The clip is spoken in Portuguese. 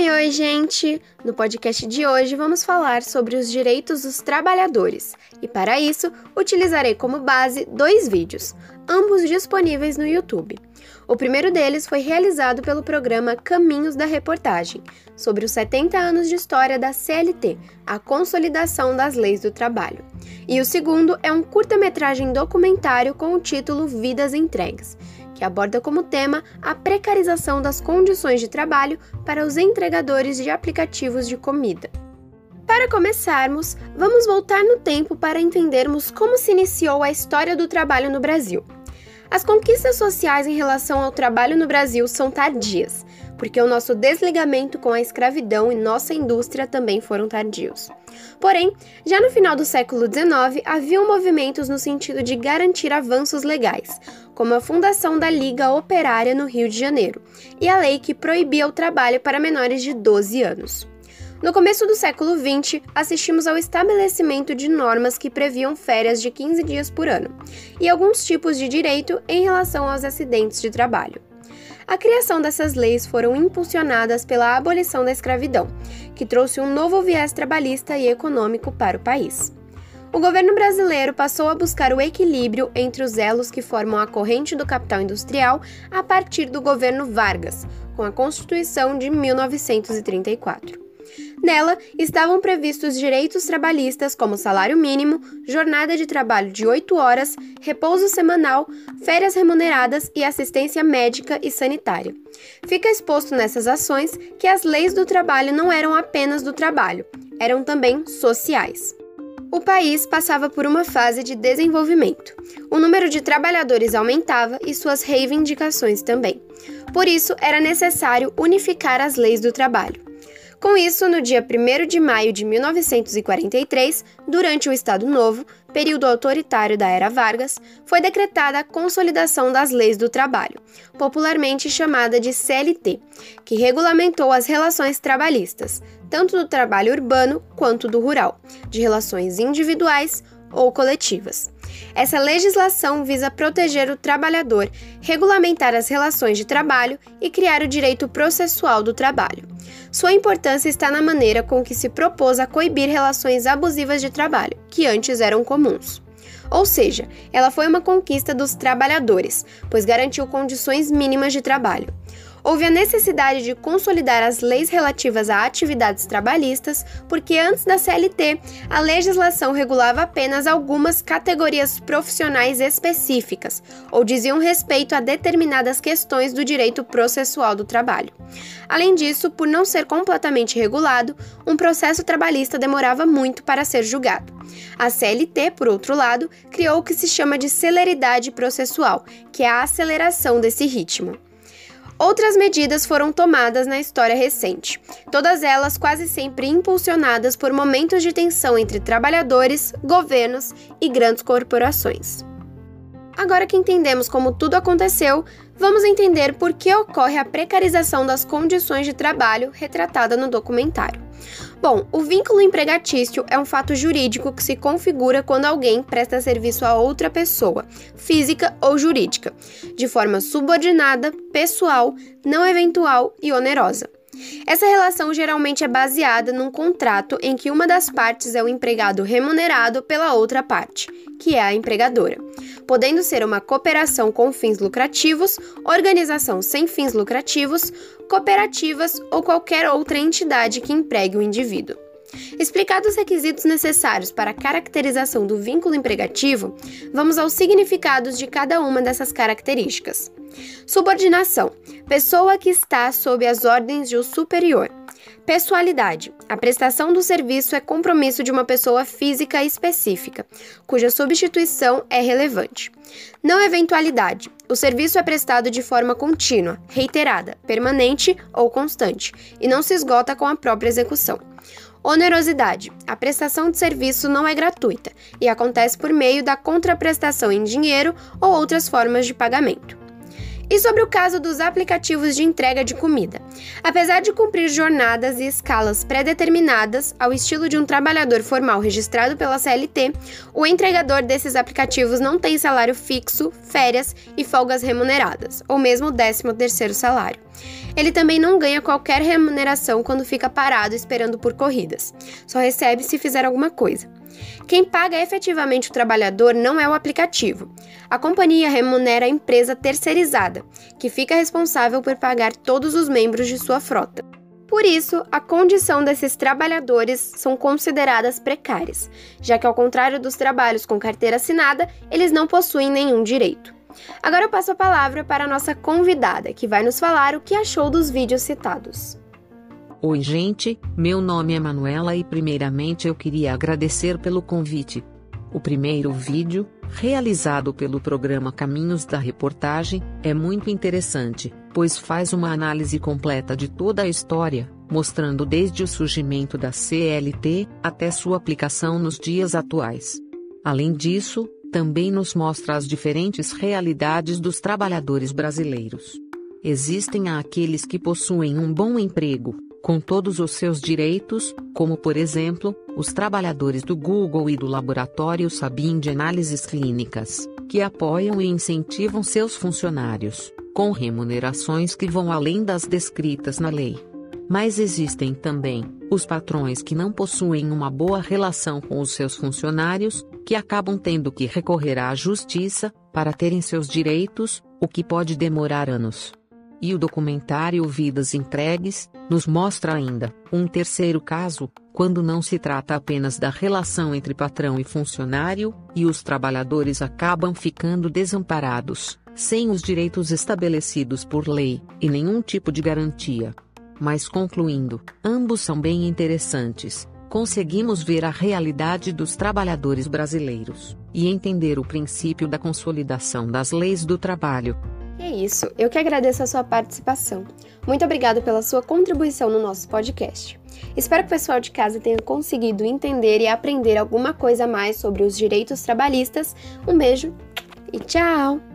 Oi, gente! No podcast de hoje vamos falar sobre os direitos dos trabalhadores e, para isso, utilizarei como base 2 vídeos, ambos disponíveis no YouTube. O primeiro deles foi realizado pelo programa Caminhos da Reportagem, sobre os 70 anos de história da CLT, a consolidação das leis do trabalho. E o segundo é um curta-metragem documentário com o título Vidas Entregues, que aborda como tema a precarização das condições de trabalho para os entregadores de aplicativos de comida. Para começarmos, vamos voltar no tempo para entendermos como se iniciou a história do trabalho no Brasil. As conquistas sociais em relação ao trabalho no Brasil são tardias, porque o nosso desligamento com a escravidão e nossa indústria também foram tardios. Porém, já no final do século XIX, haviam movimentos no sentido de garantir avanços legais, como a fundação da Liga Operária no Rio de Janeiro e a lei que proibia o trabalho para menores de 12 anos. No começo do século XX, assistimos ao estabelecimento de normas que previam férias de 15 dias por ano e alguns tipos de direito em relação aos acidentes de trabalho. A criação dessas leis foram impulsionadas pela abolição da escravidão, que trouxe um novo viés trabalhista e econômico para o país. O governo brasileiro passou a buscar o equilíbrio entre os elos que formam a corrente do capital industrial a partir do governo Vargas, com a Constituição de 1934. Nela, estavam previstos direitos trabalhistas como salário mínimo, jornada de trabalho de 8 horas, repouso semanal, férias remuneradas e assistência médica e sanitária. Fica exposto nessas ações que as leis do trabalho não eram apenas do trabalho, eram também sociais. O país passava por uma fase de desenvolvimento. O número de trabalhadores aumentava e suas reivindicações também. Por isso, era necessário unificar as leis do trabalho. Com isso, no dia 1º de maio de 1943, durante o Estado Novo, período autoritário da Era Vargas, foi decretada a Consolidação das Leis do Trabalho, popularmente chamada de CLT, que regulamentou as relações trabalhistas, tanto do trabalho urbano quanto do rural, de relações individuais ou coletivas. Essa legislação visa proteger o trabalhador, regulamentar as relações de trabalho e criar o direito processual do trabalho. Sua importância está na maneira com que se propôs a coibir relações abusivas de trabalho, que antes eram comuns. Ou seja, ela foi uma conquista dos trabalhadores, pois garantiu condições mínimas de trabalho. Houve a necessidade de consolidar as leis relativas a atividades trabalhistas, porque antes da CLT, a legislação regulava apenas algumas categorias profissionais específicas, ou diziam respeito a determinadas questões do direito processual do trabalho. Além disso, por não ser completamente regulado, um processo trabalhista demorava muito para ser julgado. A CLT, por outro lado, criou o que se chama de celeridade processual, que é a aceleração desse ritmo. Outras medidas foram tomadas na história recente, todas elas quase sempre impulsionadas por momentos de tensão entre trabalhadores, governos e grandes corporações. Agora que entendemos como tudo aconteceu, vamos entender por que ocorre a precarização das condições de trabalho retratada no documentário. Bom, o vínculo empregatício é um fato jurídico que se configura quando alguém presta serviço a outra pessoa, física ou jurídica, de forma subordinada, pessoal, não eventual e onerosa. Essa relação geralmente é baseada num contrato em que uma das partes é o empregado remunerado pela outra parte, que é a empregadora, podendo ser uma cooperação com fins lucrativos, organização sem fins lucrativos, cooperativas ou qualquer outra entidade que empregue o indivíduo. Explicados os requisitos necessários para a caracterização do vínculo empregativo, vamos aos significados de cada uma dessas características. Subordinação: pessoa que está sob as ordens de um superior. Pessoalidade: a prestação do serviço é compromisso de uma pessoa física específica, cuja substituição é relevante. Não eventualidade: o serviço é prestado de forma contínua, reiterada, permanente ou constante, e não se esgota com a própria execução. Onerosidade: a prestação de serviço não é gratuita e acontece por meio da contraprestação em dinheiro ou outras formas de pagamento. E sobre o caso dos aplicativos de entrega de comida. Apesar de cumprir jornadas e escalas pré-determinadas, ao estilo de um trabalhador formal registrado pela CLT, o entregador desses aplicativos não tem salário fixo, férias e folgas remuneradas, ou mesmo o 13º salário. Ele também não ganha qualquer remuneração quando fica parado esperando por corridas. Só recebe se fizer alguma coisa. Quem paga efetivamente o trabalhador não é o aplicativo. A companhia remunera a empresa terceirizada, que fica responsável por pagar todos os membros de sua frota. Por isso, a condição desses trabalhadores são consideradas precárias, já que ao contrário dos trabalhos com carteira assinada, eles não possuem nenhum direito. Agora eu passo a palavra para a nossa convidada, que vai nos falar o que achou dos vídeos citados. Oi gente, meu nome é Manuela e primeiramente eu queria agradecer pelo convite. O primeiro vídeo, realizado pelo programa Caminhos da Reportagem, é muito interessante, pois faz uma análise completa de toda a história, mostrando desde o surgimento da CLT até sua aplicação nos dias atuais. Além disso, também nos mostra as diferentes realidades dos trabalhadores brasileiros. Existem aqueles que possuem um bom emprego, com todos os seus direitos, como por exemplo, os trabalhadores do Google e do Laboratório Sabin de Análises Clínicas, que apoiam e incentivam seus funcionários, com remunerações que vão além das descritas na lei. Mas existem também os patrões que não possuem uma boa relação com os seus funcionários, que acabam tendo que recorrer à justiça para terem seus direitos, o que pode demorar anos. E o documentário Vidas Entregues nos mostra ainda um terceiro caso, quando não se trata apenas da relação entre patrão e funcionário, e os trabalhadores acabam ficando desamparados, sem os direitos estabelecidos por lei, e nenhum tipo de garantia. Mas concluindo, ambos são bem interessantes. Conseguimos ver a realidade dos trabalhadores brasileiros, e entender o princípio da consolidação das leis do trabalho. É isso, eu que agradeço a sua participação. Muito obrigada pela sua contribuição no nosso podcast. Espero que o pessoal de casa tenha conseguido entender e aprender alguma coisa a mais sobre os direitos trabalhistas. Um beijo e tchau!